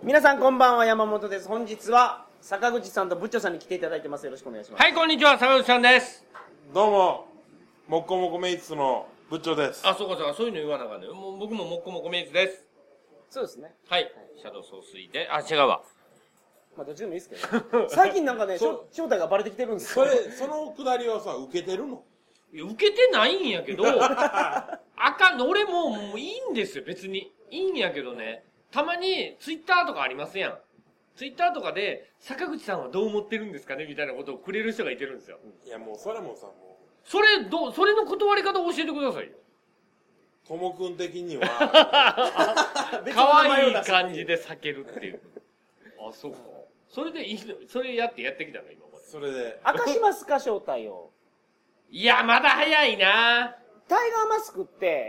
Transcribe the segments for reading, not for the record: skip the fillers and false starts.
皆さんこんばんは、山本です。本日は坂口さんとブッチョさんに来ていただいてます。よろしくお願いします。 はい、こんにちは、坂口さんです。 どうも、もっこもこメイツの部長です。 あ、そうかそうか、そういうの言わなあかんね。僕ももっこもこメイツです。 そうですね。 はい。シャドウ総帥で、あ、違うわ。 まあどっちでもいいですけど、最近なんかね、正体がバレてきてるんですよ。 そのくだりはさ、受けてるの？ いや、受けてないんやけど、あかん、俺もういいんですよ、別に。いいんやけどね、たまにツイッターとかありますやん。ツイッターとかで、坂口さんはどう思ってるんですかねみたいなことをくれる人がいてるんですよ。 いやもうそれもさ、もう。 それの断り方教えてくださいよ。 ともくん的には。 可愛い感じで避けるっていう。あ、そうか。それでいいの？それやってきたの今まで。 それで。 明かしますか、正体を。 いや、まだ早いな。 タイガーマスクって、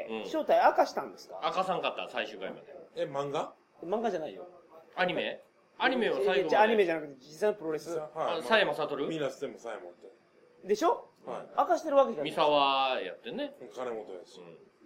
正体明かしたんですか？ 明かさんかった、最終回まで。 漫画じゃないよ。 アニメを最後まで。 アニメじゃなくて、実際のプロレス。 佐山悟？ みんな捨ても佐山って。 でしょ？ はい。 明かしてるわけじゃない。 三沢やってね。 金本やし。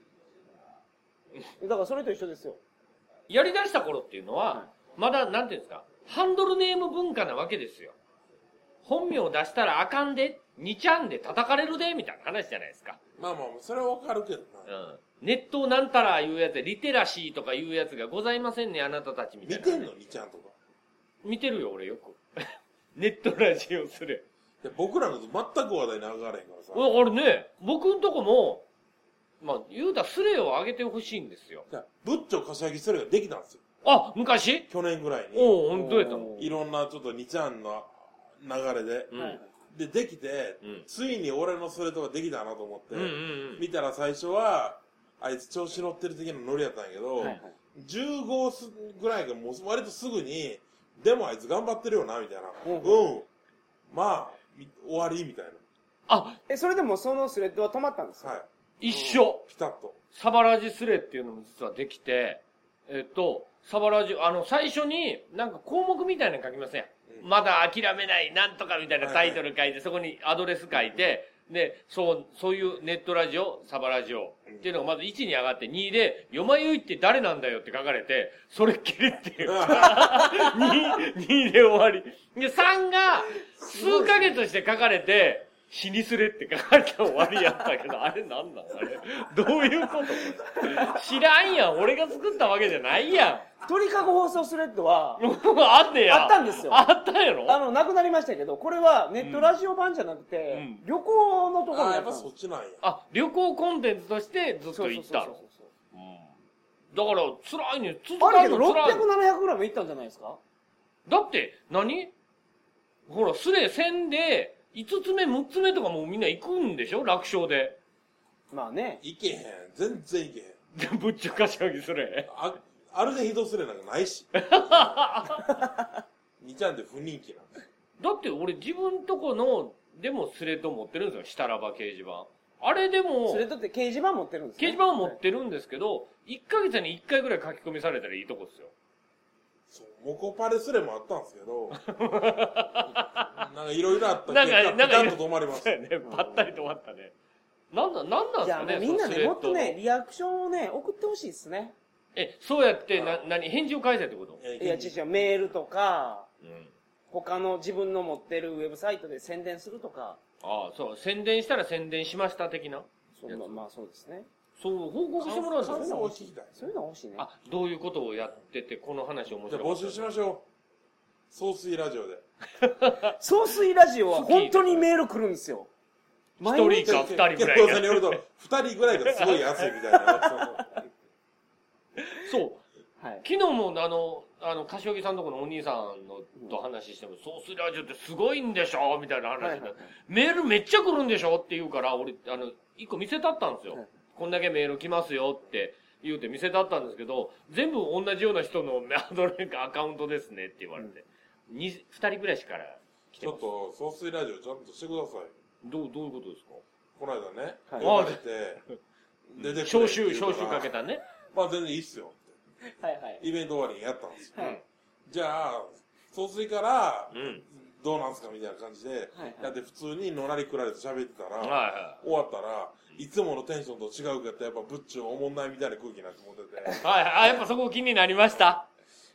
だからそれと一緒ですよ。 やり出した頃っていうのは、まだ、なんていうんですか、ハンドルネーム文化なわけですよ。本名を出したらあかんで、2ちゃんで叩かれるで、みたいな話じゃないですか。 まあ、それはわかるけどな。ネットなんたらいうやつで、リテラシーとかいうやつがございませんね、あなたたちみたいな。 見てんの ?2 ちゃんとか。 見てるよ、俺よく。ネットラジオする。 僕らのと全く話題に上がらへんからさ。 あれね、僕んとこも、まあ、言うたらスレを上げてほしいんですよ。 ブッチョ柏木スレができたんですよ。 あ、昔？ 去年ぐらいに。 おう、ほんとやったの？ いろんなちょっと2ちゃんの流れで。できて、ついに俺のスレとかできたなと思って、見たら最初は、あいつ調子乗ってる的なノリやったんやけど、15ぐらいがもう割とすぐに、でもあいつ頑張ってるよな、みたいな。まあ、終わりみたいな。 あ、 それでもそのスレッドは止まったんですか？はい。 一緒。 ピタッと。 サバラジスレっていうのも実はできて、サバラジ、最初になんか項目みたいなの書きません。まだ諦めない、なんとかみたいなタイトル書いて、そこにアドレス書いて、で、そういうネットラジオ、サバラジオっていうのがまず1に上がって、2で、よまゆいって誰なんだよって書かれて、それっきりっていう。2で終わり。で、3が、数ヶ月して書かれて、死にすれって書かれた終わりやったけど、あれなんなんあれどういうこと知らんやん。俺が作ったわけじゃないやん。 鳥かご放送スレッドは、 あんねや。 あったんですよ。 あったやろ？ なくなりましたけど、これはネットラジオ版じゃなくて、旅行のところにやっぱそっちなんや。 あ、旅行コンテンツとしてずっと行ったの。だから辛いね。 あれけど600、700ぐらいも行ったんじゃないですか？ だって、ほら、スレ1000で、5つ目、6つ目とかもうみんな行くんでしょ？楽勝で。 まあね。 行けへん。全然行けへん。 ぶっちゃかしゃぎスレ。 あれでひどスレなんかないし。2ちゃんで不人気なんです。 だって俺自分とこの、でもスレッド持ってるんですよ。したらば掲示板。あれでも、 スレッドって掲示板持ってるんですか？掲示板は持ってるんですけど、1ヶ月に1回ぐらい書き込みされたらいいとこっすよ。 そう、モコパレスレもあったんですけど、なんかいろいろあった結果、ピタッと止まりました。 ね、ぱったり止まったね。なんなんですかね、 みんなね、もっとね、リアクションをね、送ってほしいですね。 そうやって、返事を返せってこと？ いや、メールとか、他の自分の持ってるウェブサイトで宣伝するとか。 ああ、そう、宣伝したら宣伝しました的な。 まあそうですね。 そう、報告してもらうんですよ。 そういうの欲しいね。 どういうことをやってて、この話面白い。 じゃあ募集しましょう。総水ラジオで。 総水ラジオは本当にメール来るんですよ。 一人か二人ぐらい。 結構さんによると、二人ぐらいがすごい安いみたいな。 そう。昨日も柏木さんとこのお兄さんのと話しても、総水ラジオってすごいんでしょみたいな話で、メールめっちゃ来るんでしょって言うから、俺、一個見せたったんですよ。こんだけメール来ますよって言うて見せたったんですけど、全部同じような人のアカウントですねって言われて、二人ぐらいしか来てます。 ちょっと、総水ラジオちゃんとしてください。 どういうことですか？ この間ね、 呼ばれて、出て招集かけたね。 まあ全然いいっすよ。 はいはい。 イベント終わりにやったんですよ。じゃあ、総水から、どうなんすかみたいな感じで、やって普通にのらりくらりと喋ってたら、終わったら、いつものテンションと違うけど、やっぱブッチョおもんないみたいな空気になって思ってて。 やっぱそこ気になりました。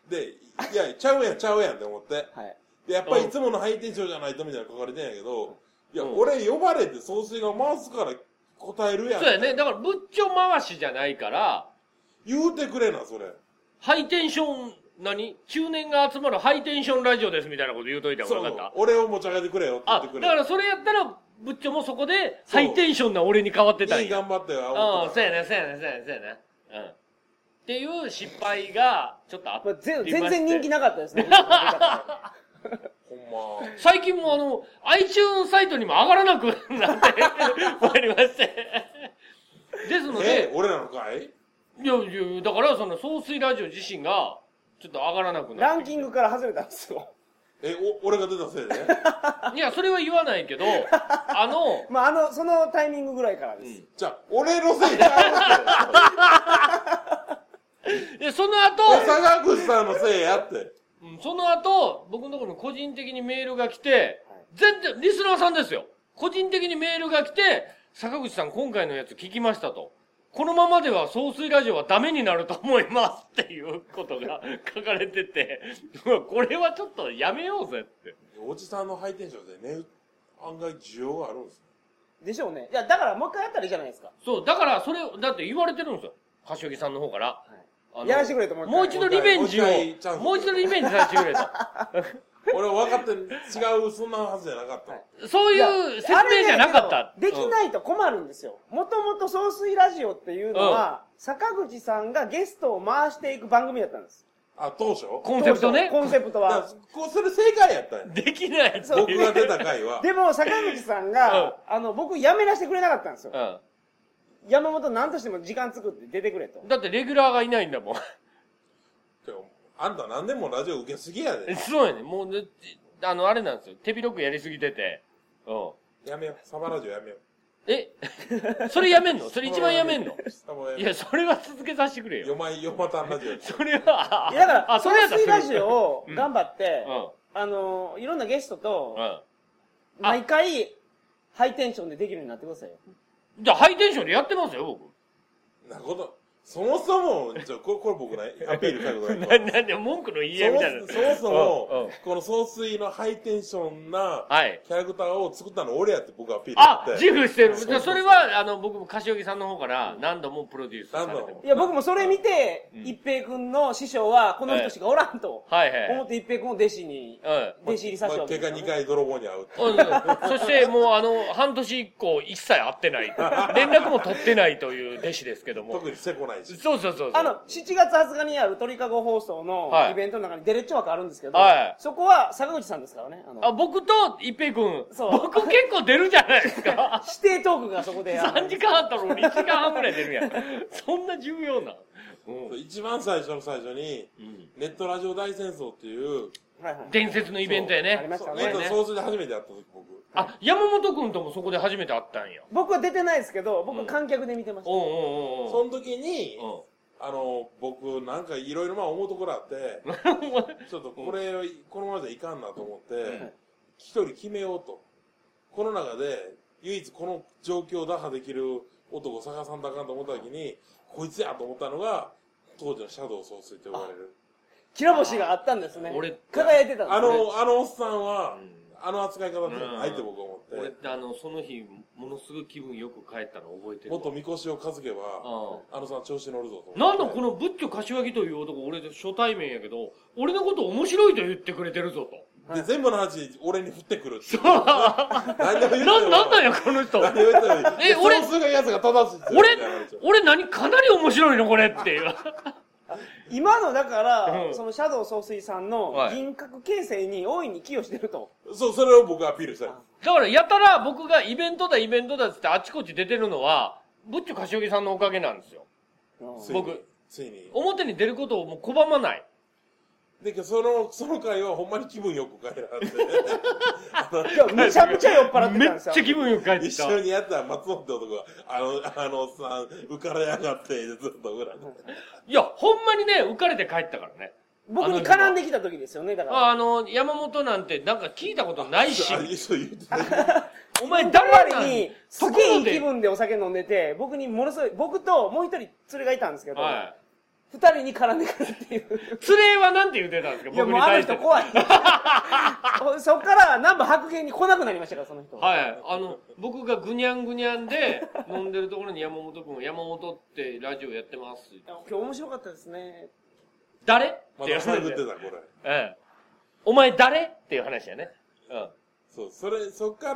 で、いや、ちゃうやんって思って。 はい。 で、やっぱりいつものハイテンションじゃないとみたいなの書かれてんやけど、いや、俺呼ばれて総帥が回すから答えるやん。 そうやね。だから、ぶっちょ回しじゃないから、 言うてくれな、それ。 ハイテンション、中年が集まるハイテンションラジオですみたいなこと言うといたら分かった。 俺を持ち上げてくれよって言ってくれ。 だからそれやったら、ぶっちょもそこで、ハイテンションな俺に変わってたんや。 いい頑張ってよ、 そうやね。うん。っていう失敗が、ちょっとあって。 全然人気なかったですね。 ほんま。 最近もiTunes サイトにも上がらなくなってまいりまして。ですので。 俺らのかい？ いや、だからその総水ラジオ自身が、ちょっと上がらなくなって。 ランキングから外れたんですよ。 俺が出たせいでいや、それは言わないけど、 まあ、そのタイミングぐらいからです。 じゃあ、俺のせいちゃうで、その後、 坂口さんのせいやって。 その後、僕のところに個人的にメールが来て、全然、リスナーさんですよ。個人的にメールが来て、坂口さん今回のやつ聞きましたと。このままでは総水ラジオはダメになると思いますっていうことが書かれてて、これはちょっとやめようぜって。 おじさんのハイテンションでね、案外需要があるんですでしょうね。いや、だからもう一回やったらいいじゃないですか。 そう、だからそれ、だって言われてるんですよ。柏木さんの方から。 やらしてくれともう一度リベンジを、もう一度リベンジさせてくれと。 俺は分かって違う、そんなはずじゃなかった。 そういう説明じゃなかった。 できないと困るんですよ。もともと総水ラジオっていうのは、坂口さんがゲストを回していく番組だったんです。 当初コンセプトね。 コンセプトは。 それ正解やったんや。 できない。 僕が出た回は。 でも坂口さんが、僕辞めなしてくれなかったんですよ。山本何としても時間作って出てくれと。 だってレギュラーがいないんだもん。 あんた何でもラジオ受けすぎやで。 そうやね。もう、あれなんですよ。手広くやりすぎてて。 やめよう。サバラジオやめよう。 それやめんの？それ一番やめんの？いや、それは続けさせてくれよ。 よまたんラジオ。 それは、 いやだから、総水ラジオを頑張って、いろんなゲストと、毎回、ハイテンションでできるようになってくださいよ。 じゃあ、ハイテンションでやってますよ、僕。 なるほど。そもそも、これ僕ね、アピールしたことない。 なんで文句の言い合いみたいな。 そもそも、この総水のハイテンションなキャラクターを作ったの俺やって僕アピールして。 自負してる。それは、僕も柏木さんの方から何度もプロデュースされてる。 いや、僕もそれ見て、一平君の師匠はこの人しかおらんと思って一平君を弟子入りさせよう。 結果2回泥棒に会う。 そしてもう半年以降一切会ってない。連絡も取ってないという弟子ですけども。 特にせこない。 そう。 7月20日にある鳥かご放送のイベントの中にデレッチョ枠あるんですけど、そこは坂口さんですからね。 僕と一平君、僕結構出るじゃないですか。 指定トークがそこで。 3時間あったら俺1時間半くらい出るやん。そんな重要な。 一番最初に、ネットラジオ大戦争っていう、 伝説のイベントやね。 ありましたね。 総水で初めて会った時僕。 山本君ともそこで初めて会ったんや。 僕は出てないですけど、僕は観客で見てました。 その時に、僕なんかいろいろ思うところあって、ちょっとこのままじゃいかんなと思って、一人決めようと。この中で唯一この状況を打破できる男を探さんとあかんと思った時に、こいつやと思ったのが、当時のシャドウ総帥と呼ばれる。 きら星があったんですね。輝いてたんですね。 あのおっさんは、扱い方ってないって僕は思って。 俺ってその日、ものすごい気分よく帰ったの覚えてる。 もっとみこしを担げば、さん調子乗るぞと。 なんだこのブッチョ柏木という男、俺初対面やけど、俺のこと面白いと言ってくれてるぞと。 で、全部の話、俺に振ってくるって。 何でも言ってなんなんや、この人。 何でも言ってない。 俺、 総数がやつが正しい。 俺かなり面白いのこれっていう。 今のだから、そのシャドウ総帥さんの人格形成に大いに寄与してると。 そう、それを僕アピールしたい。 だから、やたら僕がイベントだってあちこち出てるのは、ブッチョ柏木さんのおかげなんですよ。僕。 ついに。 表に出ることをもう拒まない。 で、その回はほんまに気分よく帰られて。 いや、めちゃめちゃ酔っ払ってたんですよ。 めっちゃ気分よく帰ってきた。 一緒にやった松本って男が、おっさん、浮かれやがって、ずっと裏で。 いや、ほんまにね、浮かれて帰ったからね。 僕に絡んできた時ですよね、だから。 山本なんてなんか聞いたことないし。 そう言ってた。 お前誰なんに、すげえいい気分でお酒飲んでて、僕ともう一人連れがいたんですけど、 二人に絡んでくるっていう。 連れはなんて言ってたんですか？ いや、もうあの人怖い。そっから南部白芸に来なくなりましたから、その人。 はい。僕がぐにゃんぐにゃんで飲んでるところに山本君、山本ってラジオやってます。 今日面白かったですね。 誰ってまだ探ってた、これ。お前誰っていう話やね。 そう、そっから、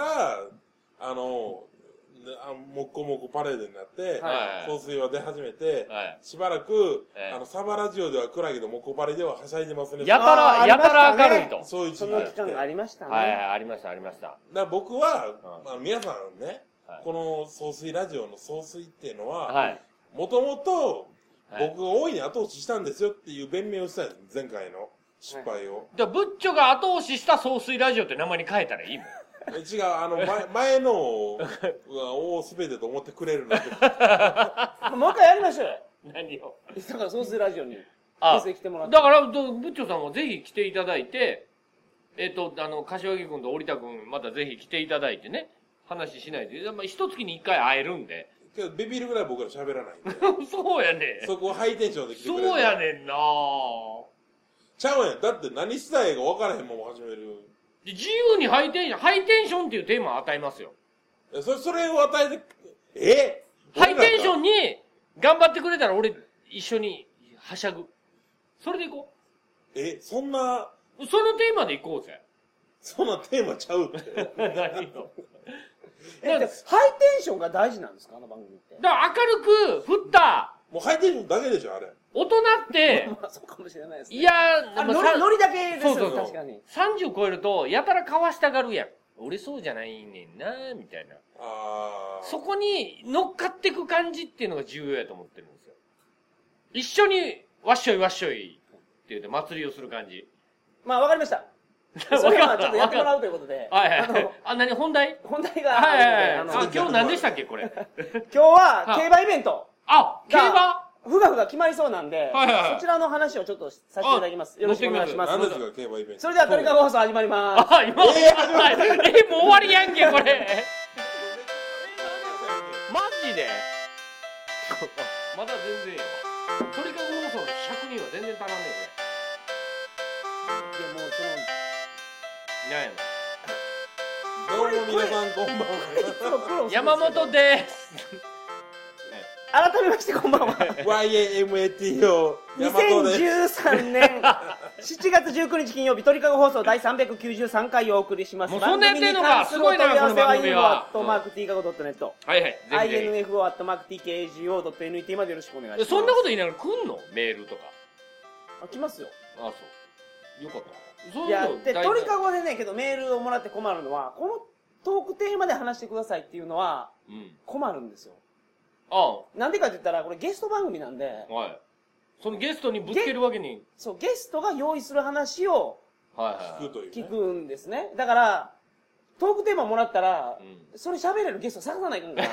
もっこもこパレードになって、香水は出始めて、しばらく、サバラジオでは暗いけど、もっこパレでははしゃいでますね。 やたら明るいと。 そういうその期間がありましたね。 はい、ありました。だから僕は、皆さんね、この総水ラジオの総水っていうのは、もともと、僕が大いに後押ししたんですよっていう弁明をしたんです、前回の失敗を。 じゃあ、ブッチョが後押しした総水ラジオって名前に変えたらいいもん。 違う、前のがすべてと思ってくれるので。 もう一回やりましょうよ。 何を？ だから、総水ラジオに。来てもらって。 だから、ブッチョさんはぜひ来ていただいて、柏木君と織田君、またぜひ来ていただいてね、話しないで。一月に一回会えるんで。 けど、ビビるぐらい僕ら喋らないんで。 そうやね。 そこをハイテンションで来てくれる。 そうやねんなちゃうやん。だって何したいか分からへんもん始める。 自由にハイテンションっていうテーマを与えますよ。 それを与えて、 ハイテンションに頑張ってくれたら俺一緒にはしゃぐ。それでいこう。そのテーマでいこうぜ。 そんなテーマちゃうって。 何よ。 ハイテンションが大事なんですか、あの番組って。 だから明るく振った。 もうハイテンションだけでしょ、あれ。 大人って、 そうかもしれないですね。 いやノリだけですよね、確かに。 30超えると、やたらかわしたがるやん。俺そうじゃないねんな、みたいな。そこに乗っかっていく感じっていうのが重要やと思ってるんですよ。一緒に、わっしょいわっしょいって言って祭りをする感じ。 まあ、わかりました。それはちょっとやってもらうということで。 何本題が。 今日何でしたっけ、これ。 今日は、競馬イベント。 競馬ふがふが決まりそうなんで、そちらの話をちょっとさせていただきます。よろしくお願いします。 何ですか、競馬イベント。 それでは、トリカゴ放送始まります。 もう終わりやんけ、これ。マジでまだ全然よ。トリカゴ放送の100人は全然足らんねん、これ。 いや、もうどうも皆さん、こんばんは。 山本です。 改めましてこんばんは。 YAMATO 2013年7月19日金曜日、鳥かご放送第393回をお送りします。 もうそんなやってんのか。すごいな、この番組は。 info@tkago.net。 はいはい。 info@tkago.net までよろしくお願いします。 そんなこと言いながら来んの？メールとか。 来ますよ。 そう。よかった。 いや、で、鳥かごでね、けどメールをもらって困るのは、このトークテーマで話してくださいっていうのは、困るんですよ。なんでかって言ったら、これゲスト番組なんで、 そのゲストにぶつけるわけに。 そう、ゲストが用意する話を、聞くんですね。だから、トークテーマもらったら、それ喋れるゲスト探さないかんから。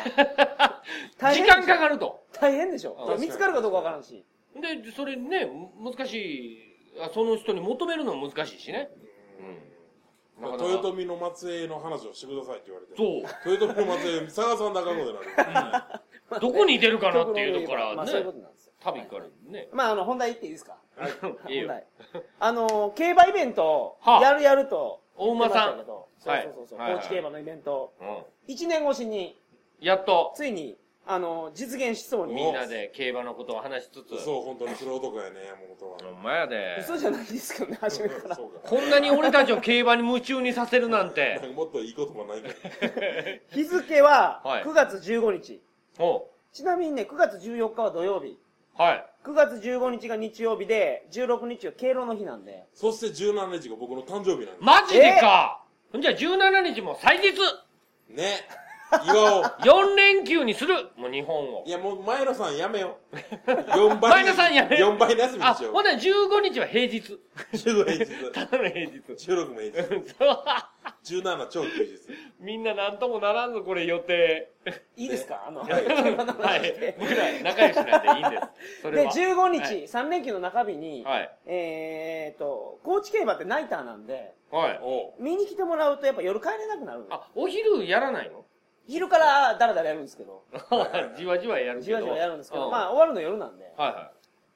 時間かかると。 大変でしょ。見つかるかどうかわからんし。 で、それね、難しい、その人に求めるのも難しいしね。 豊臣の末裔の話をしてくださいって言われて。 そう。 豊臣の末裔探さんだかんことになる。 どこに出るかなっていうところからね。 そういうことなんですよ。 旅からね。 本題言っていいですか？ いいよ。 競馬イベント、やると。 大馬さん。 そう。高知競馬のイベント。1年越しに。 やっと。 ついに、実現しそうに。 みんなで競馬のことを話しつつ。 そう、本当に黒男やね、山本は。 ほんまやで。 嘘じゃないですけどね、初めから。 こんなに俺たちを競馬に夢中にさせるなんて。 もっといいこともないから。 日付は9月15日。ちなみにね、9月14日は土曜日。9月15日が日曜日で、16日は敬老の日なんで。 そして17日が僕の誕生日なんです。 マジでか！じゃあ17日も祭日ね。祝おう。 4連休にするもう日本を。 いやもう前野さんやめよう。4倍。 前野さんやめよう。 4倍の休みにしよう。 ほんなら15日は平日。 15平日。 ただの平日。 16も平日。17超休日。 みんななんともならんぞ、これ予定。 いいですか？ はい。僕ら仲良しなんでいいんです。それは。 で、15日、3連休の中日に、高知競馬ってナイターなんで、見に来てもらうとやっぱ夜帰れなくなる。 お昼やらないの？ 昼からだらだらやるんですけど。 じわじわやるけど。 じわじわやるんですけど、終わるの夜なんで。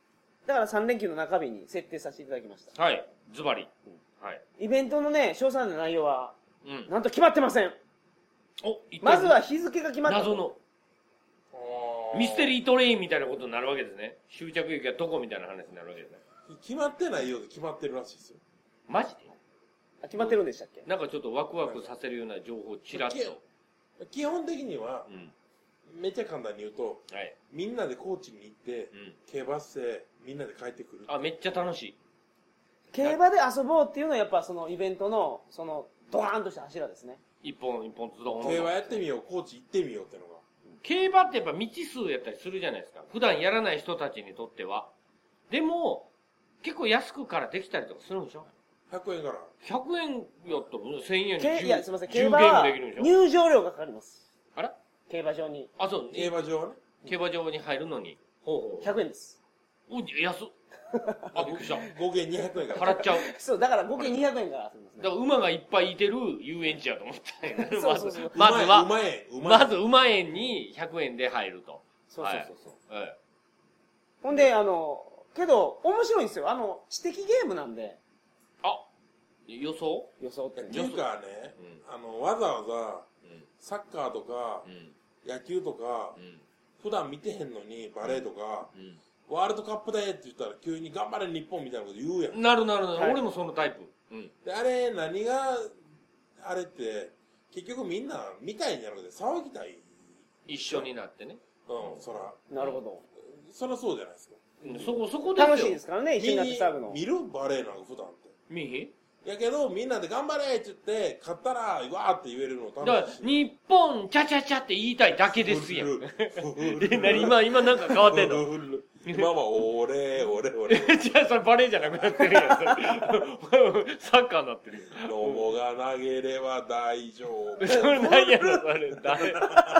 だから3連休の中日に設定させていただきました。 はい。ズバリ。 はい。イベントのね、詳細な内容は、なんと決まってません。まずは日付が決まった。 謎の。ミステリートレインみたいなことになるわけですね。終着駅はどこみたいな話になるわけですね。 決まってないようで決まってるらしいですよ。 マジで？ 決まってるんでしたっけ？ なんかちょっとワクワクさせるような情報ちらっと。 基本的には、めっちゃ簡単に言うと、みんなで高知に行って、競馬してみんなで帰ってくる。 あ、めっちゃ楽しい。 競馬で遊ぼうっていうのはやっぱそのイベントの、その、ドカーンとした柱ですね。 一本ズドン。 競馬やってみよう、高知行ってみようってのが。 競馬ってやっぱ未知数やったりするじゃないですか。普段やらない人たちにとっては。でも、結構安くからできたりとかするんでしょ？ 100 円から。 100円やったら1000円でいや、すみません、競馬は入場料がかかります。 あら？ 競馬場に。 あ、そう。 競馬場はね。 競馬場に入るのに。 ほう。100円です。 お、安っ。あ、びっくりした。 合計200円から。 払っちゃう。 そう、だから合計200円からするんですね。 だから馬がいっぱいいてる遊園地やと思ったんやね。 そうそうそう。 まずは、まず馬園に100円で入ると。 そうそうそう。はい。ほんで、けど、面白いんですよ。知的ゲームなんで。 あ、予想って。っていうかね、わざわざ、サッカーとか、野球とか、普段見てへんのに、バレーとか、ワールドカップでって言ったら急に頑張れ日本みたいなこと言うやん。 なる。俺もそのタイプ。 で、あれ、何が、あれって、結局みんな見たいんじゃなくて騒ぎたい。 一緒になってね。 そら。 なるほど。 そらそうじゃないですか。 そこですよ。 楽しいですからね、一緒になって騒ぐの。 見るバレーなんか普段って。 見ひん？ やけど、みんなで頑張れって言って、勝ったら、わーって言えるの楽しい。 だから、日本、チャチャチャって言いたいだけですやん。今なんか変わってんの？ 今は、俺。 じゃあ、それバレーじゃなくなってるやん。サッカーになってるよ。 ロボが投げれば大丈夫。 それ何やろ、それ。誰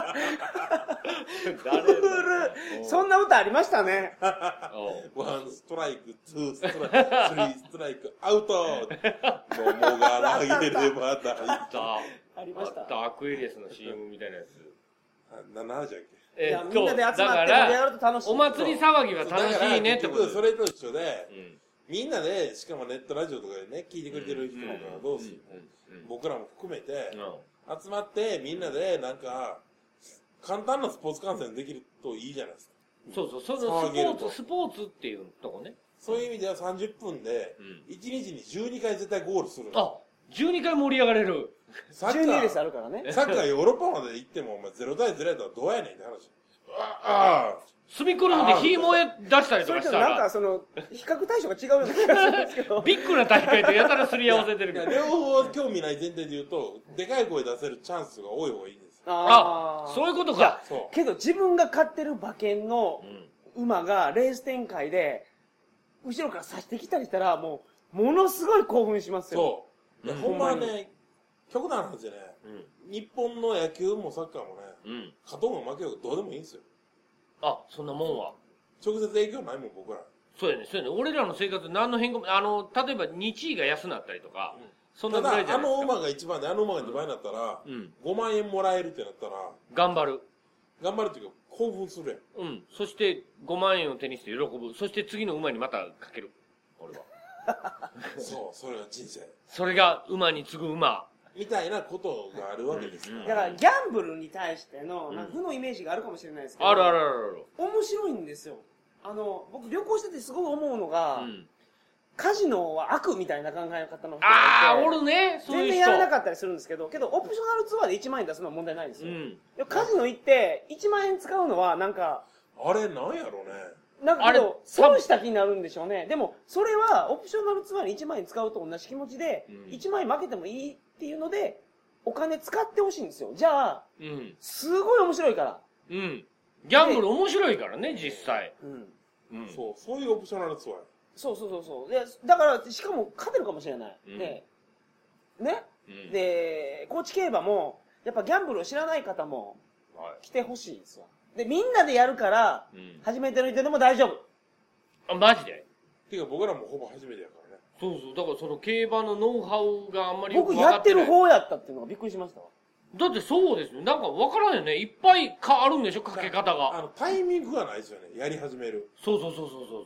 そんな歌ありましたね。 ワンストライク、ツーストライク、スリーストライク、アウト。ロボが投げれば大丈夫。 ありました。 アクエリアスの CM みたいなやつ。 何の話だっけ？ みんなで集まって盛り上がると楽しい。 お祭り騒ぎは楽しいねってこと。 それと一緒で、みんなで、しかもネットラジオとかでね、聞いてくれてる人とかどうする？僕らも含めて、集まってみんなでなんか、簡単なスポーツ観戦できるといいじゃないですか。 そう、そのスポーツっていうとこね。 そういう意味では30分で、1日に12回絶対ゴールする。 あ、12回盛り上がれる。 12レースあるからね。 サッカーヨーロッパまで行っても、0対0やったらどうやねんって話。 隅くるんで火燃え出したりとかしたら。 なんか比較対象が違うような気がするんですけど。 ビッグな大会とやたらすり合わせてるけど。 両方興味ない前提で言うと、でかい声出せるチャンスが多い方がいいんです。 そういうことか。 けど自分が飼ってる馬券の馬がレース展開で、後ろから刺してきたりしたら、ものすごい興奮しますよ。 そう。ほんまね、極端な話でね、日本の野球もサッカーもね、勝とうも負けようどうでもいいんですよ。 あ、そんなもんは。 直接影響ないもん、僕ら。 そうやね。俺らの生活何の変化も、例えば日位が安なったりとか、そんなぐらいじゃないですか。 馬が1番で馬が2番になったら、5万円もらえるってなったら、 頑張るっていうか、興奮するやん。そして5万円を手にして喜ぶ。そして次の馬にまたかける。俺は。 そう、それが人生。 それが馬に次ぐ馬。 みたいなことがあるわけですから。 だからギャンブルに対しての負のイメージがあるかもしれないですけど。 ある。 面白いんですよ。僕旅行しててすごい思うのが、カジノは悪みたいな考え方の人がいて。 おるね。 全然やらなかったりするんですけど、けどオプショナルツアーで1万円出すのは問題ないんですよ。カジノ行って1万円使うのはなんか。 あれなんやろね。 なんかけど、損した気になるんでしょうね。でも、それはオプショナルツアーに1万円使うと同じ気持ちで、1万円負けてもいいっていうので、お金使ってほしいんですよ。じゃあ、すごい面白いから。 ギャンブル面白いからね、実際。 そういうオプショナルツアー。 そう。で、だから、しかも勝てるかもしれない。で、ね。で、高知競馬も、やっぱギャンブルを知らない方も、来てほしいんですよ。で、みんなでやるから、初めての人でも大丈夫。 あ、マジで？ てか僕らもほぼ初めてやからね。 そう。だからその競馬のノウハウがあんまりよく分かってない。僕やってる方やったっていうのがびっくりしましたわ。 だってそうですよ。なんか分からんよね。いっぱいあるんでしょ、かけ方が。 タイミングがないですよね。やり始める。 そう。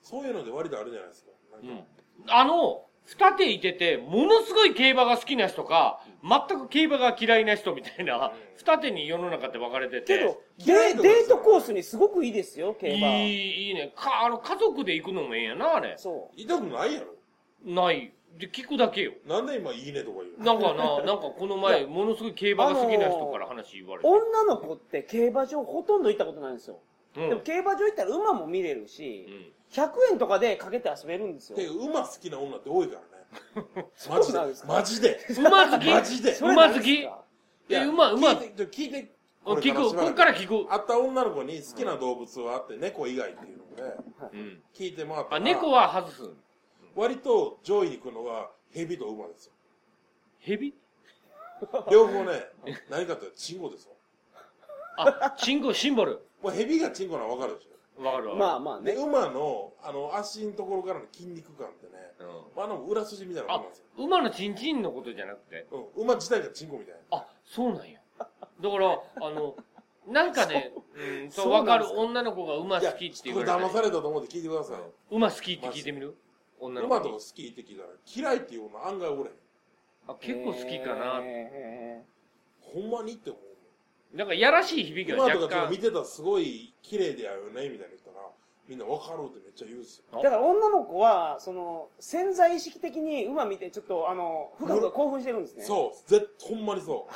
そういうので割とあるじゃないですか。 二手いてて、ものすごい競馬が好きな人か、全く競馬が嫌いな人みたいな、二手に世の中って分かれてて。 けど、デートコースにすごくいいですよ、競馬。 いいね。家族で行くのもええんやな、あれ。 そう。 痛くないやろ。 ない。で、聞くだけよ。 なんで今いいねとか言うなんかこの前、ものすごい競馬が好きな人から話言われて。 女の子って競馬場ほとんど行ったことないんですよ。でも競馬場行ったら馬も見れるし、100円とかでかけて遊べるんですよ。 馬好きな女って多いからね。マジで。マジで。 馬好きマジで。 馬好き馬。 聞いて。 こっから聞く。 会った女の子に好きな動物はあって、猫以外っていうので、聞いてもらったら。 猫は外す。 割と上位に行くのが蛇と馬ですよ。 蛇両方ね、何かってチンコですよ。 チンコ、シンボル。 もう蛇がチンコなの分かるでしょ。 分かる。 まあまあね。 で、馬の、足のところからの筋肉感ってね、裏筋みたいなもんなんですよ。 馬のチンチンのことじゃなくて馬自体がチンコみたいな。 あ、そうなんや。だから、なんかね、分かる女の子が馬好きって言われて。 これ騙されたと思って聞いてください。 馬好きって聞いてみる女の子。馬とか好きって聞いたら、嫌いっていうの案外おれへん。 結構好きかな。 ほんまにって思う。 なんかやらしい響きは若干。 馬とかちょっと見てたらすごい綺麗でやよねみたいな言ったら、みんな分かるってめっちゃ言うんですよ。 だから女の子は、潜在意識的に馬見てちょっと、深く興奮してるんですね。 そう。ほんまにそう。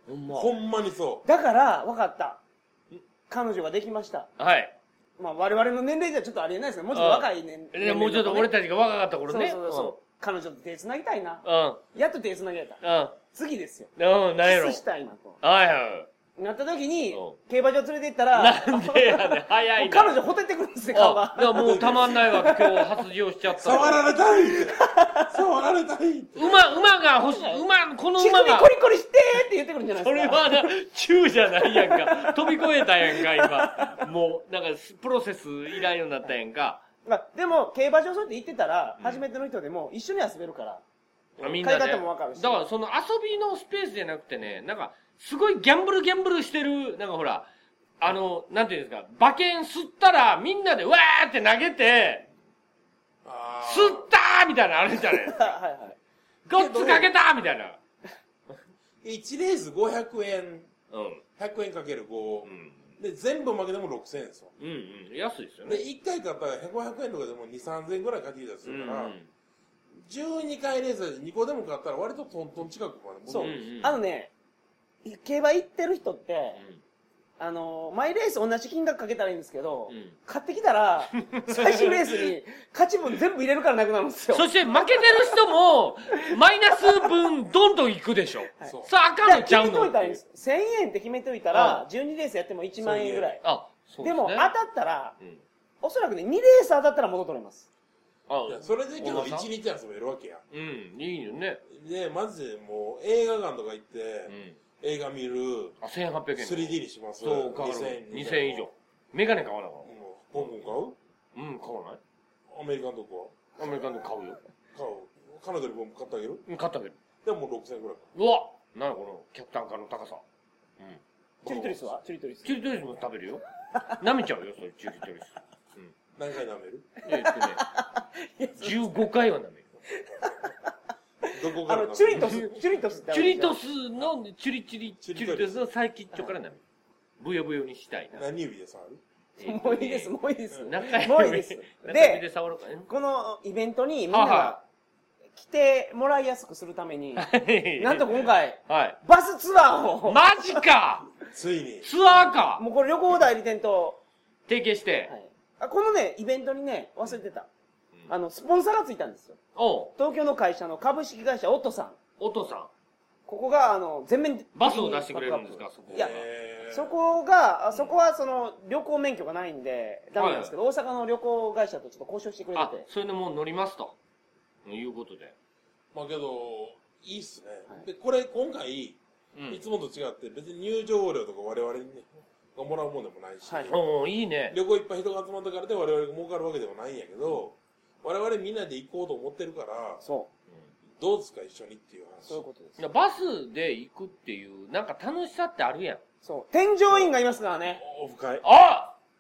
ほんまにそう。 だから、分かった。彼女ができました。 はい。 まあ、我々の年齢ではちょっとありえないですね。もうちょっと若い年齢。 もうちょっと俺たちが若かった頃ね。 そう。彼女と手繋ぎたいな。やっと手繋ぎた。次ですよ。 なんやろ。 キスしたいなと。 はいはい。 なった時に、競馬場連れて行ったら、 なんでやねん、早いな。 彼女ほてってくるんですよ、顔が。 だからもうたまんないわ、今日発情しちゃった。 触られたいって触られたいって。 馬が欲しい、この馬が。 乳首コリコリしてって言ってくるんじゃないですか。 それはチューじゃないやんか。飛び越えたやんか、今。もう、なんか、プロセスいらんようになったやんか。 でも、競馬場そうやって行ってたら、初めての人でも一緒に遊べるから。 みんなで。 買い方もわかるし。 だから、その遊びのスペースじゃなくてね、なんか、すごいギャンブルしてる、なんかほら、なんていうんですか、馬券吸ったらみんなでわーって投げて、吸ったーみたいなのあるじゃないですか。 はいはい。 ゴッツかけたーみたいな。 1レース500円。100円かける5。で、全部負けても6000円ですよ。 安いですよね。 で、1回買ったら500円とかでも2、3000円ぐらい買ってきたりするから、12回レースで2個でも買ったら割とトントン近くまで。 そう。競馬行ってる人って、毎レース同じ金額かけたらいいんですけど、買ってきたら、最終レースに勝ち分全部入れるからなくなるんですよ。 そして負けてる人も、マイナス分どんどんいくでしょ。さあ、あかんのちゃうの。 決めといたらいいんです。1000円って決めといたら、12レースやっても1万円ぐらい。でも、当たったら、おそらくね、2レース当たったら戻取れます。 いや、それでけど1日遊べるわけや。 いいよね。 で、マジでもう映画館とか行って、映画見る。 1800円。 3D にします。 そう、買う。2000円以上。メガネ買わなかった。 香港買う買わないアメリカンドッグはアメリカンドッグ買うよ。 買う。彼女にも買ってあげる買ってあげる。 でももう6000円くらい。 うわ何この客単価の高さ。 チュリトリスはチュリトリス。 チュリトリスも食べるよ。舐めちゃうよ、それ、チュリトリス。 何回舐める 15回は舐める。 どこからチュリトスってチュリトスの、チュリトスの先っちょから舐める。ブヨブヨにしたいな。 何指で触るもういいです、もういいです。 もういいです。 で、このイベントにみんなが来てもらいやすくするために、なんと今回、バスツアーを。 マジかついに。 ツアーかもうこれ旅行代理店と、 提携して。 このね、イベントにね、忘れてた。スポンサーがついたんですよ。東京の会社の株式会社オトさん。 オトさん。 ここが、全面バスを出してくれるんですか、そこ。 いや、そこは旅行免許がないんで、ダメなんですけど、大阪の旅行会社とちょっと交渉してくれてて。 それでもう乗りますと。いうことで。 まあけど、いいっすね。で、これ今回、いつもと違って、別に入場料とか我々にね、もらうもんでもないし。 いいね。 旅行いっぱい人が集まったからで我々が儲かるわけでもないんやけど、我々みんなで行こうと思ってるから、どうですか一緒にっていう話。 そういうことです。 バスで行くっていう、なんか楽しさってあるやん。 そう。添乗員がいますからね。 オフ会。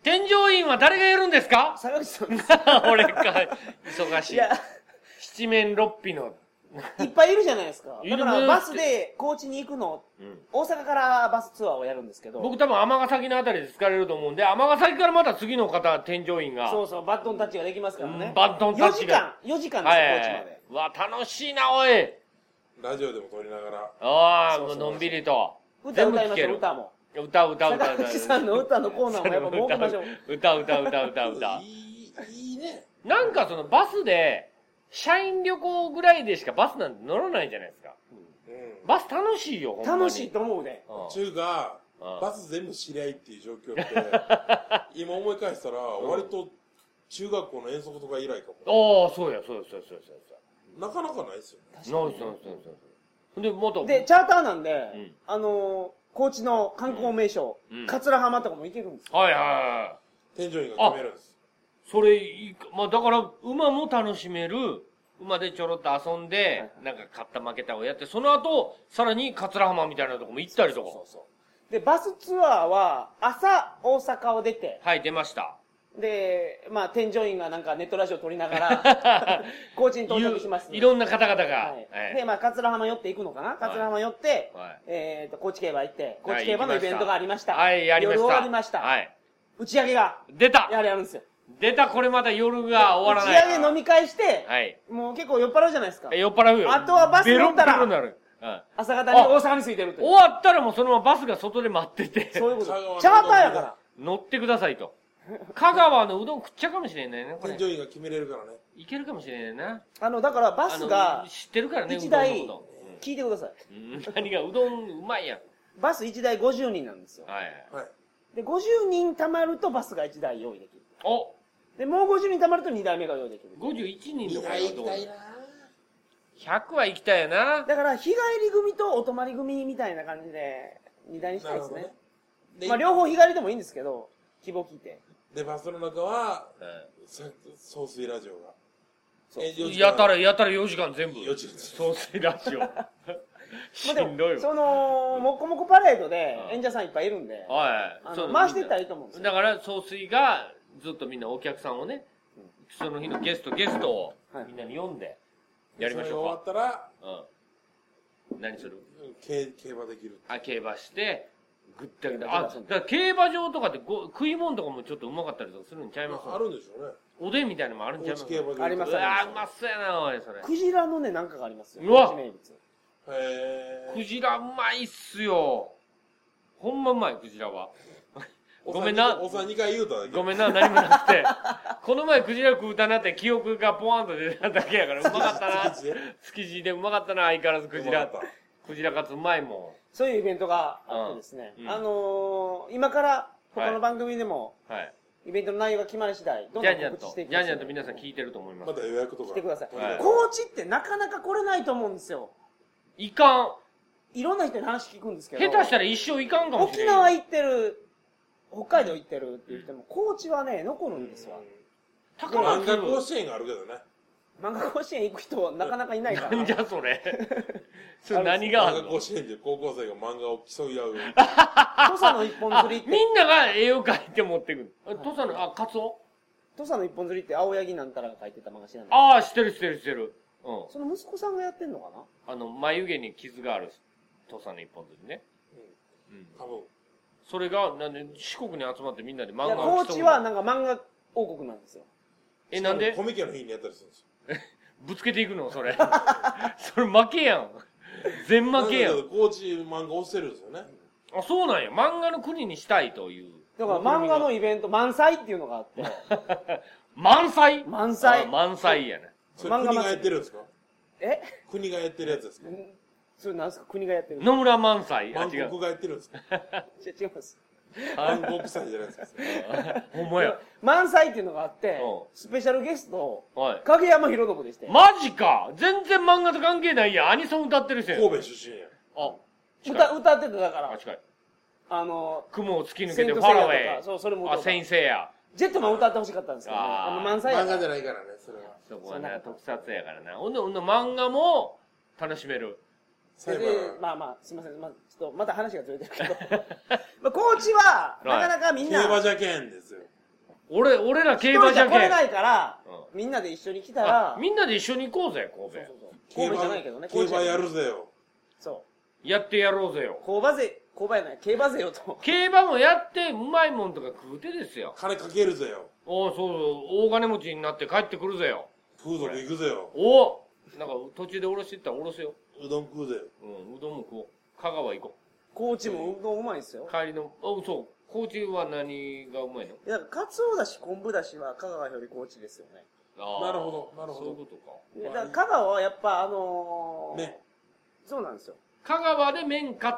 添乗員は誰がやるんですか？ 坂口さんです。 俺か、忙しい。 いや、 七面六臂の。 いっぱいいるじゃないですか。 いるだからバスで高知に行くの、大阪からバスツアーをやるんですけど。 僕多分尼崎のあたりで疲れると思うんで、尼崎からまた次の方、添乗員が。 そうそう、バットンタッチができますからね。 バットンタッチが。 4時間ですよ、高知まで。 うわ、楽しいな、おい。 ラジオでも撮りながら。 ああ、もうのんびりと。 歌歌いましょう、歌も。 歌。 坂口さんの歌のコーナーもやっぱ設けましょう。 歌。いいね。なんかそのバスで、社員旅行ぐらいでしかバスなんて乗らないじゃないですか。バス楽しいよ、ほんまに。 楽しいと思うで。 ちゅうか、バス全部知り合いっていう状況って、今思い返したら、割と中学校の遠足とか以来かも。ああ、そうや。 なかなかないですよね。 そう。で、 で、チャーターなんで、高知の観光名所、桂浜とかも行けるんですよ。 はい。 添乗員が決めるんです。 それ、まあだから、馬も楽しめる、馬でちょろっと遊んで、なんか勝った負けたをやって、その後、さらに桂浜みたいなとこも行ったりとか。 そう。で、バスツアーは、朝、大阪を出て。 はい、出ました。 で、まあ、添乗員がなんかネットラジオ撮りながら、高知に到着します。 いろんな方々が。 で、まあ、桂浜寄って行くのかな？桂浜寄って、高知競馬行って、高知競馬のイベントがありました。 はい、やりました。 夜終わりました。はい。打ち上げが。 出た！ やるんですよ。 出た、これまた夜が終わらない。 打ち上げ飲み会して、もう結構酔っ払うじゃないですか。 酔っ払うよ。 あとはバス乗ったら、朝方に大阪に着いてると。 終わったらもうそのままバスが外で待ってて。 そういうこと。チャーターやから。 乗ってくださいと。香川のうどん食っちゃうかもしれないね。 添乗員が決めれるからね。 いけるかもしれないな。 だからバスが、 知ってるからね、 1台、聞いてください。 何が、うどんうまいやん。 バス1台50人なんですよ。はい。で、50人貯まるとバスが1台用意できる。お！で、もう50人貯まると2台目が用意できる。 51人の場合はどう？行きたいな。 100は行きたいよな。 だから、日帰り組とお泊まり組みたいな感じで、2台にしたいですね。まあ、両方日帰りでもいいんですけど、希望聞いて。 で、バスの中は、総水ラジオが。 やったら4時間全部。 4時間。 総水ラジオ。しんどいわ。 その、もこもこパレードで演者さんいっぱいいるんで、回していったらいいと思うんですよ。 だから、総水が、ずっとみんなお客さんをね、その日のゲストをみんなに呼んで、やりましょうか。 終わったら、 何する？ 競馬できる。 競馬して、ぐったぐった。だから競馬場とかって食い物とかもちょっとうまかったりとかするんちゃいます？ あるんでしょうね。 おでんみたいなのもあるんちゃいます？ あります。 うわ、うまそうやな、おい、それ。 クジラのね、なんかがありますよ。 うわ！ クジラうまいっすよ。ほんまうまい、クジラは。ごめんな。 おさん2回言うただけ。 ごめんな、何もなくて。この前クジラ食うたなって記憶がポワンと出ただけやから、うまかったな。築地でうまかったな、相変わらずクジラ。クジラカツうまいもん。 そういうイベントがあってですね。今から他の番組でも、イベントの内容が決まり次第、どんどん告知していきます。 じゃんと皆さん聞いてると思います。 また予約とか。 来てください。高知ってなかなか来れないと思うんですよ。 いかん。 いろんな人に話聞くんですけど。 下手したら一生いかんかもしれない。 沖縄行ってる、北海道行ってるって言っても、高知はね、残るんですわ。 漫画甲子園があるけどね。 漫画甲子園行く人なかなかいないから。 なんじゃそれ。それ何があるの？ 漫画甲子園で高校生が漫画を競い合う。 土佐の一本釣りって。 みんなが絵を描いて持ってくる。土佐の、カツオ？ 土佐の一本釣りって青柳なんたらが描いてた漫画知らない？ ああ、知ってる。 その息子さんがやってんのかな？ 眉毛に傷がある土佐の一本釣りね。 多分。 それが、四国に集まってみんなで漫画を競う。高知はなんか漫画王国なんですよ。 なんで？コミケの日にやったりするんですよ。 ぶつけていくのそれ。それ負けやん。全負けやん。 高知漫画押してるんですよね。 あ、そうなんや。漫画の国にしたいという。 だから漫画のイベント、満載っていうのがあって。 満載満載。 満載やね。 それ国がやってるんですか？国がやってるやつですか？ それなんですか？国がやってる。 野村満載。 万国がやってるんですか？ 違います。 万国祭じゃないですか。 ほんまや。 満載っていうのがあって、スペシャルゲスト、影山博信でして。 マジか！全然漫画と関係ないやん。アニソン歌ってる人や。 神戸出身や。 歌ってただから。 近い。 雲を突き抜けてファラウェイ。 そう、それも歌った。 先生や。 ジェットマン歌ってほしかったんですけどね。満載や。 漫画じゃないからね、それは。 そこはね、特撮やからな。ほんで漫画も楽しめる。 まあ、すいません。ちょっと、また話がずれてるけど。高知は、なかなかみんな。 競馬じゃけんですよ。 俺ら競馬じゃけん。 来れないから、みんなで一緒に来たら。 みんなで一緒に行こうぜ、神戸。 神戸じゃないけどね。 競馬やるぜよ。 そう。 やってやろうぜよ。 競馬やない、競馬ぜよと。 競馬もやって、うまいもんとか食うてですよ。 金かけるぜよ。 そう、大金持ちになって帰ってくるぜよ。 風俗行くぜよ。 なんか途中でおろしていったらおろすよ。 うどん食うぜよ。 うどんも食おう。香川行こう。 高知もうどんうまいですよ。 帰りの、そう。高知は何がうまいの？ いや、かつおだし、昆布だしは香川より高知ですよね。 なるほど、なるほど。 そういうことか。 だから香川はやっぱね。 そうなんですよ。 香川で麺買って、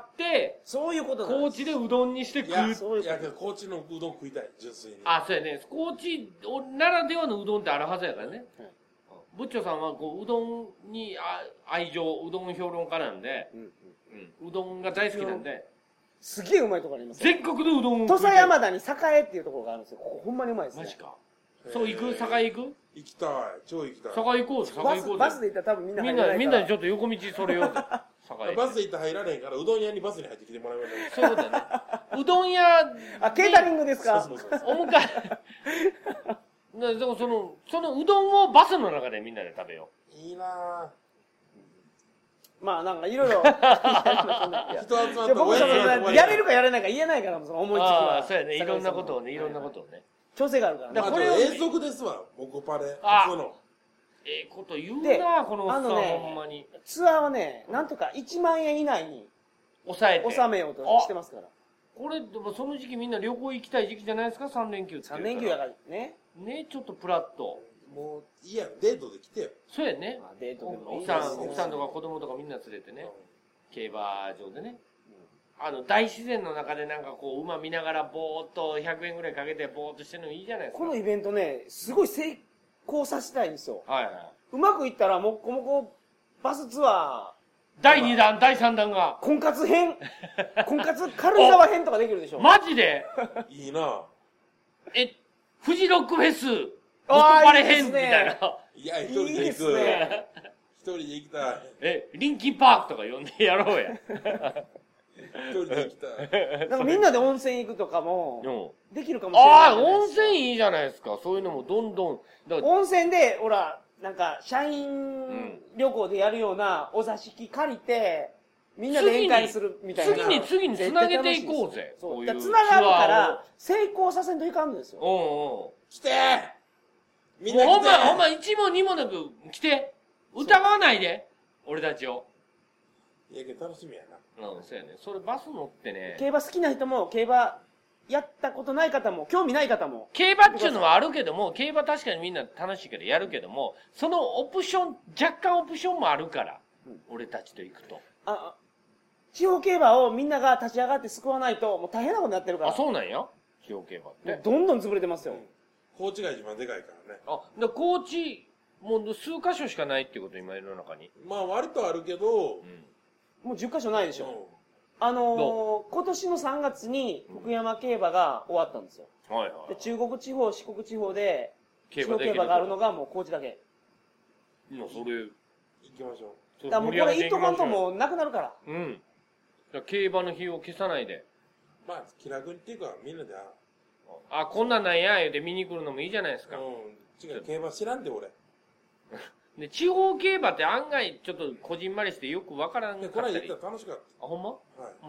そういうことなんです。 高知でうどんにして食う。 いや、けど高知のうどん食いたい、純粋に。 そうやね。高知ならではのうどんってあるはずやからね。ブッチョさんはこううどんに愛情、うどん評論家なんで、うどんが大好きなんで、 すげえうまいところあります。 全国でうどんを土佐山田に栄っていうところがあるんですよ。ここほんまにうまいですね。 マジか。そう行く？栄行く？ 行きたい。超行きたい。 栄行こうぜ。 バスで行ったら多分みんな入らないから。 みんなでちょっと横道それようぜ。 バスで行ったら入られへんから、うどん屋にバスに入ってきてもらえばいい。 そういうことだね。うどん屋。 ケータリングですか？ そう。 お迎え。でもそのうどんをバスの中でみんなで食べよう。いいなぁ。 まあなんかいろいろ。人集まって僕やれるかやれないか言えないから、その思いつきは。 そうやね。いろんなことをね。 調整があるからね。 これ永続ですわ、モコパレ。 こと言うなこのおっさん、ほんまに。 ツアーはね、なんとか1万円以内に収めようとしてますから。 これ、でもその時期みんな旅行行きたい時期じゃないですか？ 3 連休って。 3連休やからね。 ね、ちょっとプラッと。 もう、いいやん、デートで来てよ。 そうやね。 デートでもいい奥さんとか子供とかみんな連れてね。競馬場でね。大自然の中でなんかこう、馬見ながらぼーっと100円ぐらいかけてぼーっとしてるのいいじゃないですか。 このイベントね、すごい成功させたいんですよ。 はいはい。 うまくいったら、もっこもこバスツアー。 第2弾、第3弾が。 婚活編。婚活軽井沢編とかできるでしょ。 マジでいいなフジロックフェス、モコパレ編みたいな。 いや、一人で行く。一人で行きたい。 リンキンパークとか呼んでやろうや。 一人で行きたい。 なんかみんなで温泉行くとかも、できるかもしれない。 温泉いいじゃないですか。そういうのもどんどん。 温泉で、ほら、なんか、社員旅行でやるようなお座敷借りて、みんなで宴会するみたいな。 次に繋げていこうぜ。 そう。繋がるから、成功させんといかんのですよ。 来てみんな来てほんま、一も二もなく来て。疑わないで。俺たちを。 いやけど楽しみやな。 そうやね。それバス乗ってね。 競馬好きな人も、競馬やったことない方も、興味ない方も。 競馬っていうのはあるけども、競馬確かにみんな楽しいけどやるけども、その若干オプションもあるから。俺たちと行くと。 地方競馬をみんなが立ち上がって救わないと、もう大変なことになってるから。 そうなんや。地方競馬って。 どんどん潰れてますよ。 高知が一番でかいからね。 で、高知、もう数箇所しかないっていうこと、今世の中に。 まあ割とあるけど、 もう10箇所ないでしょ。今年の3月に福山競馬が終わったんですよ。で、中国地方、四国地方で、地方競馬があるのがもう高知だけ。 もうそれ、行きましょう。 だからもうこれ一斗缶ともなくなるから。 競馬の日を消さないで。 まあ、気楽にっていうか、みんなで。 こんなんなんや、言うて見に来るのもいいじゃないですか。 違う、競馬知らんで、俺。 で、地方競馬って案外、ちょっとこじんまりしてよくわからんかったり。 これ行ったら楽しかった。 ほんま？ はい。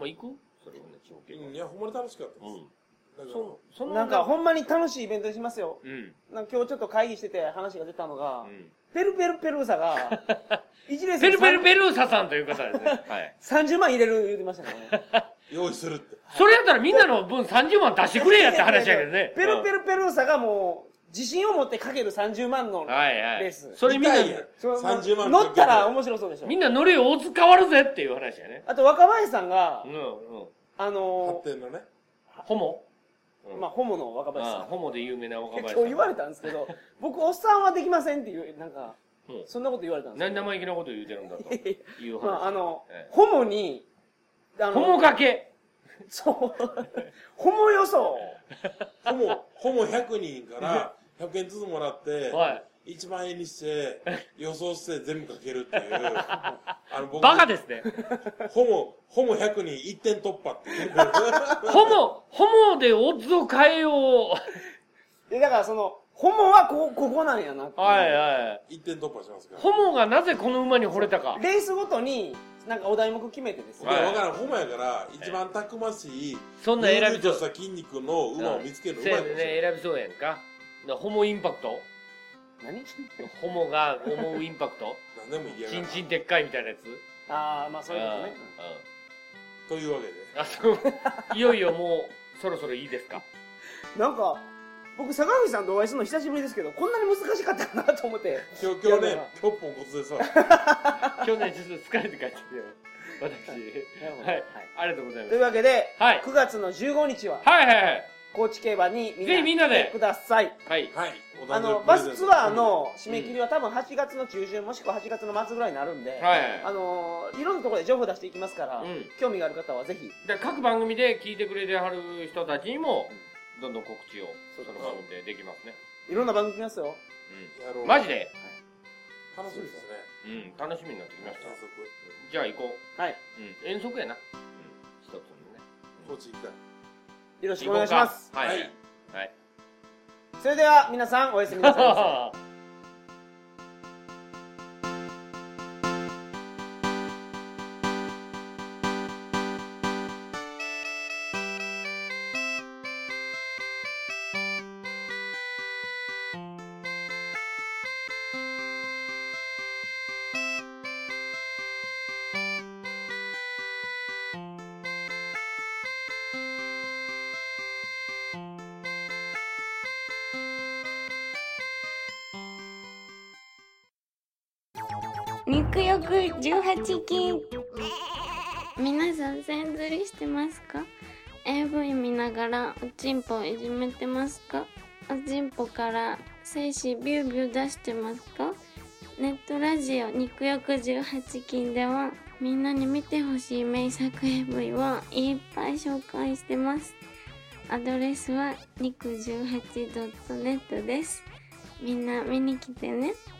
もう行く？それはね、地方競馬。 いや、ほんまに楽しかったです。 なんかほんまに楽しいイベントにしますよ。なんか今日ちょっと会議してて話が出たのが、ペルーサが、 一レースペルーサさんという方ですね。はい。 30万入れる言うてましたからね。 用意するって。 それやったらみんなの分30万出してくれやって話やけどね。 ペルーサがもう、自信を持ってかける30万のレース。 それみんな、 30万乗ったら面白そうでしょ。 みんな乗り大津変わるぜっていう話やね。 あと若林さんが、 発展のね。 ホモまあ、ホモの若林さん。 ホモで有名な若林さん。 今日言われたんですけど、僕、おっさんはできませんっていう、なんか、そんなこと言われたんです何生意気なこと言うてるんだという話。 ホモに、 ホモかけそう、ホモ予想。 ホモ100人から100円ずつもらって、1万円にして、予想して全部かけるっていう。 バカですね。 ホモ100人1点突破っていう。 ホモでオッズを変えよう。 で、だからその、ホモはここなんやなって。 はいはい。 一点突破しますから。 ホモがなぜこの馬に惚れたか。 レースごとに、なんかお題目決めてですね。 いや、わからん。ホモやから、一番たくましい、 そんな選びとした筋肉の馬を見つけるのうまいかもしれない。 選びそうやんか。ホモインパクト何ホモが思うインパクト何でもいいやチンチンでっかいみたいなやつ。 ああ、まあそういうことね。 というわけで。 あ、そう。いよいよもう、そろそろいいですか。 なんか、僕、坂口さんとお会いするの久しぶりですけど、こんなに難しかったかなと思って。 今日ね、ポンコツですわ。 今日ね、ちょっと疲れて帰ってきて、私。はい。ありがとうございます。 というわけで、 はい、 9月の15日は、 はいはいはい。 高知競馬にみんなで来てください。 はい。 はい。 バスツアーの締め切りは多分8月の中旬もしくは8月の末ぐらいになるんで、 はい。 いろんなところで情報出していきますから、興味がある方はぜひ。 各番組で聞いてくれてはる人たちにも、どんどん告知を、その番組でできますね。 いろんな番組来ますよ。 うん。マジで楽しみですね。 うん、楽しみになってきました。じゃあ行こう。 はい。 うん、遠足やな。一つのね。 高知行きたい。 よろしくお願いします。 はい。はい。 それでは皆さんおやすみなさいませ。 肉欲18禁。皆さん線釣りしてますか？ AV 見ながらおちんぽをいじめてますか？おちんぽから精子ビュービュー出してますか？ネットラジオ肉欲18禁ではみんなに見てほしい名作 AV をいっぱい紹介してます。アドレスは肉18.net です。みんな見に来てね。